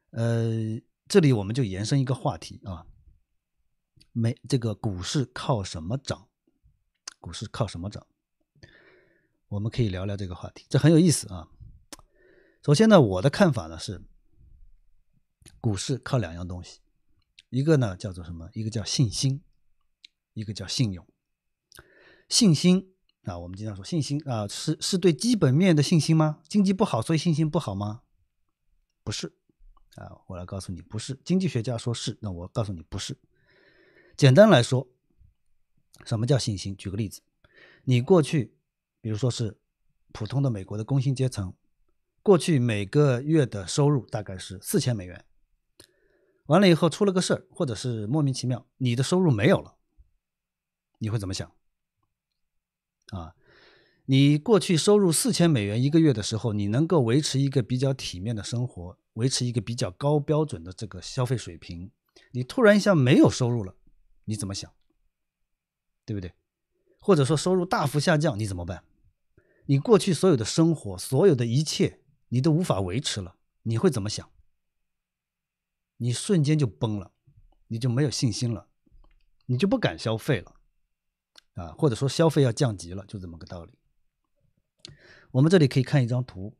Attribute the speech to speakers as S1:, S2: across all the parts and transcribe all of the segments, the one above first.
S1: 这里我们就延伸一个话题啊，这个股市靠什么涨？股市靠什么涨？我们可以聊聊这个话题，这很有意思啊。首先呢，我的看法呢是，股市靠两样东西，一个呢叫做什么？一个叫信心，一个叫信用。信心啊，我们经常说信心啊，是对基本面的信心吗？经济不好，所以信心不好吗？不是啊，我来告诉你，不是。经济学家说是，那我告诉你不是。简单来说，什么叫信心？举个例子，你过去，比如说是普通的美国的工薪阶层，过去每个月的收入大概是$4000，完了以后出了个事儿，或者是莫名其妙，你的收入没有了，你会怎么想？啊，你过去收入$4000一个月的时候，你能够维持一个比较体面的生活，维持一个比较高标准的这个消费水平，你突然一下没有收入了，你怎么想？对不对？或者说收入大幅下降，你怎么办？你过去所有的生活，所有的一切，你都无法维持了，你会怎么想？你瞬间就崩了，你就没有信心了，你就不敢消费了啊，或者说消费要降级了，就这么个道理。我们这里可以看一张图，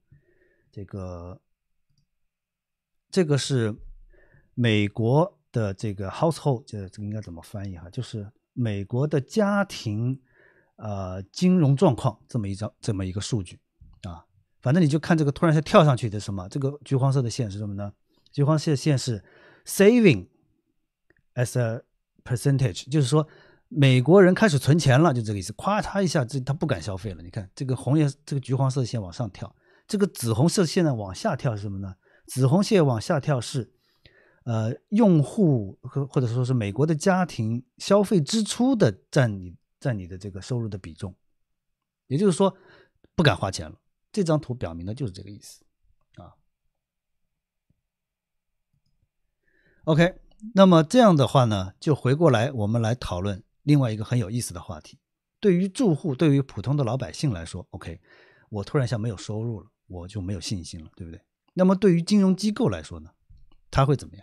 S1: 这个是美国的这个 household， 这个应该怎么翻译哈？就是美国的家庭金融状况这么一个数据啊。反正你就看这个突然间跳上去的什么，这个橘黄色的线是什么呢？橘黄色的线是 saving as a percentage， 就是说美国人开始存钱了，就这个意思。咵嚓一下，他不敢消费了。你看这个这个橘黄色线往上跳，这个紫红色线呢往下跳是什么呢？紫红线往下跳是用户或者说是美国的家庭消费支出的占你的这个收入的比重，也就是说不敢花钱了。这张图表明的就是这个意思啊。OK， 那么这样的话呢，就回过来我们来讨论另外一个很有意思的话题。对于住户，对于普通的老百姓来说 ，OK， 我突然一下没有收入了，我就没有信心了，对不对？那么对于金融机构来说呢，它会怎么样？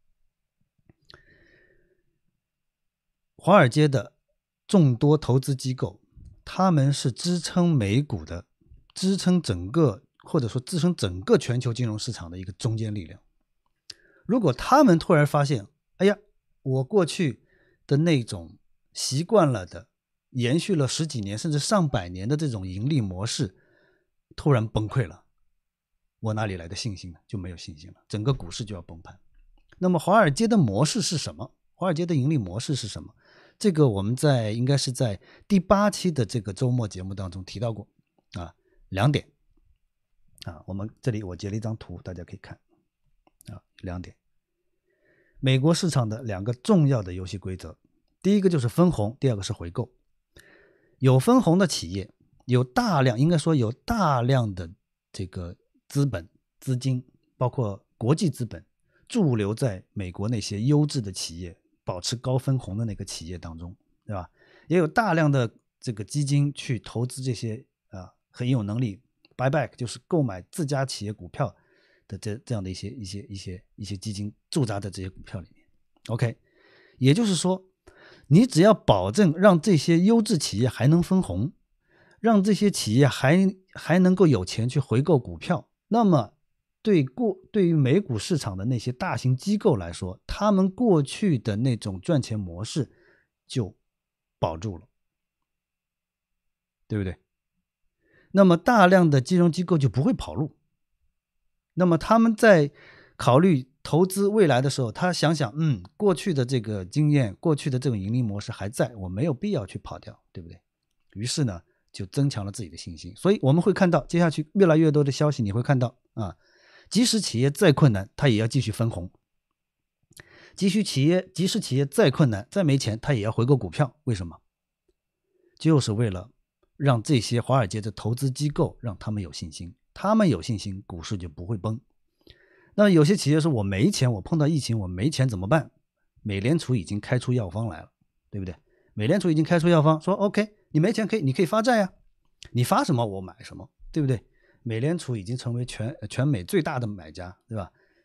S1: 华尔街的众多投资机构，他们是支撑美股的，支撑整个或者说支撑整个全球金融市场的一个中坚力量。如果他们突然发现，哎呀，我过去的那种习惯了的、延续了十几年甚至上百年的这种盈利模式突然崩溃了，我哪里来的信心呢？就没有信心了，整个股市就要崩盘。那么华尔街的模式是什么？华尔街的盈利模式是什么？这个我们应该是在第8期的这个周末节目当中提到过啊，2点啊，我们这里我截了一张图，大家可以看啊，2点。美国市场的2个重要的游戏规则，第一个就是分红，第二个是回购。有分红的企业应该说有大量的这个资本资金，包括国际资本驻留在美国那些优质的企业，保持高分红的那个企业当中，对吧？也有大量的这个基金去投资这些很有能力 buyback， 就是购买自家企业股票的这样的一些基金驻扎在这些股票里面。OK， 也就是说，你只要保证让这些优质企业还能分红，让这些企业还能够有钱去回购股票，那么对于美股市场的那些大型机构来说，他们过去的那种赚钱模式就保住了，对不对？那么大量的金融机构就不会跑路，那么他们在考虑投资未来的时候，他想想，过去的这个经验，过去的这种盈利模式还在，我没有必要去跑掉，对不对？于是呢，就增强了自己的信心。所以我们会看到接下去越来越多的消息，你会看到啊，即使企业再困难，它也要继续分红；即使企业再困难、再没钱，它也要回购股票。为什么？就是为了让这些华尔街的投资机构让他们有信心，他们有信心，股市就不会崩。那有些企业说我没钱，我碰到疫情我没钱怎么办？美联储已经开出药方来了，对不对？美联储已经开出药方说 OK， 你没钱你可以发债呀，你发什么我买什么，对不对？美联储已经成为全美最大的买家，对吧？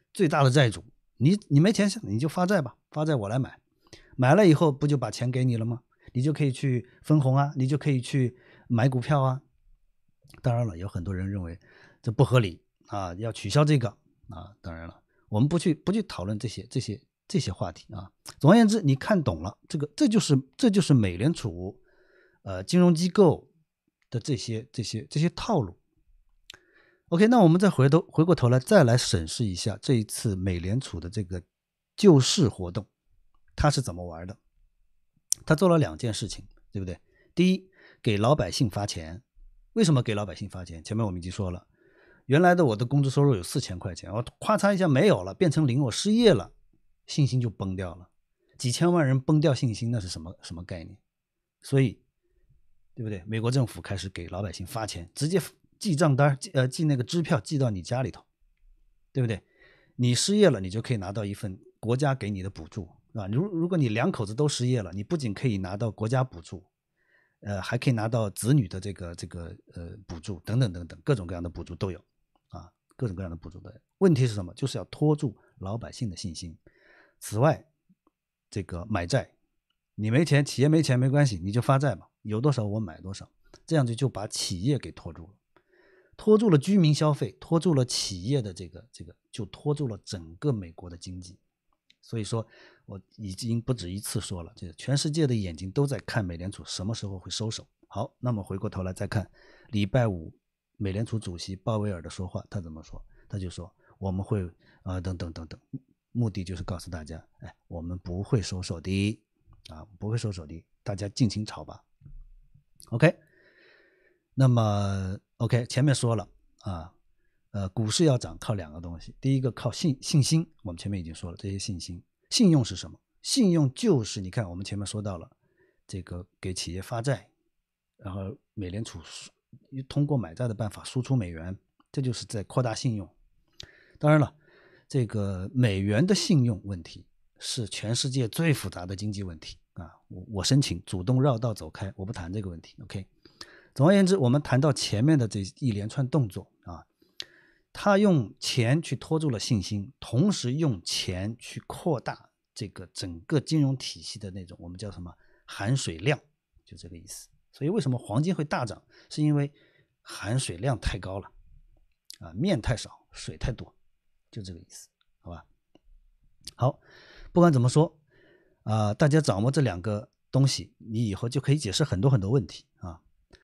S1: 最大的债主，你没钱你就发债吧，发债我来买，买了以后不就把钱给你了吗？你就可以去分红啊，你就可以去买股票啊。当然了，有很多人认为这不合理啊，要取消这个啊。当然了，我们不去讨论这些话题啊。总而言之，你看懂了这就是美联储金融机构的这些套路。OK， 那我们再回过头来再来审视一下这一次美联储的这个救市活动，它是怎么玩的？它做了2件事情，对不对？第一，给老百姓发钱。为什么给老百姓发钱？前面我们已经说了，原来的我的工资收入有4000块钱，我咔嚓一下没有了，变成0，我失业了，信心就崩掉了。几千万人崩掉信心，那是什么概念？所以，对不对？美国政府开始给老百姓发钱，直接寄账单，寄那个支票寄到你家里头，对不对？你失业了，你就可以拿到一份国家给你的补助，是吧？如果你2口子都失业了，你不仅可以拿到国家补助，还可以拿到子女的这个补助等等等等，各种各样的补助都有啊，各种各样的补助都有。问题是什么？就是要拖住老百姓的信心。此外，这个买债，你没钱，企业没钱没关系，你就发债嘛，有多少我买多少，这样就把企业给拖住了，拖住了居民消费，拖住了企业的这个，就拖住了整个美国的经济。所以说，我已经不止一次说了，这全世界的眼睛都在看美联储什么时候会收手。好，那么回过头来再看礼拜五美联储主席鲍威尔的说话，他怎么说？他就说我们会等等等等，目的就是告诉大家，我们不会收手的啊，不会收手的，大家尽情炒吧。OK， 那么 OK 前面说了啊。股市要涨靠2个东西，第一个靠信心，我们前面已经说了，这些信用是什么？信用就是你看我们前面说到了，这个给企业发债，然后美联储通过买债的办法输出美元，这就是在扩大信用。当然了，这个美元的信用问题是全世界最复杂的经济问题啊，我申请主动绕道走开，我不谈这个问题。OK， 总而言之，我们谈到前面的这一连串动作啊。他用钱去拖住了信心，同时用钱去扩大这个整个金融体系的那种我们叫什么含水量，就这个意思。所以为什么黄金会大涨，是因为含水量太高了啊，面太少，水太多，就这个意思，好吧？好，不管怎么说大家掌握这2个东西，你以后就可以解释很多很多问题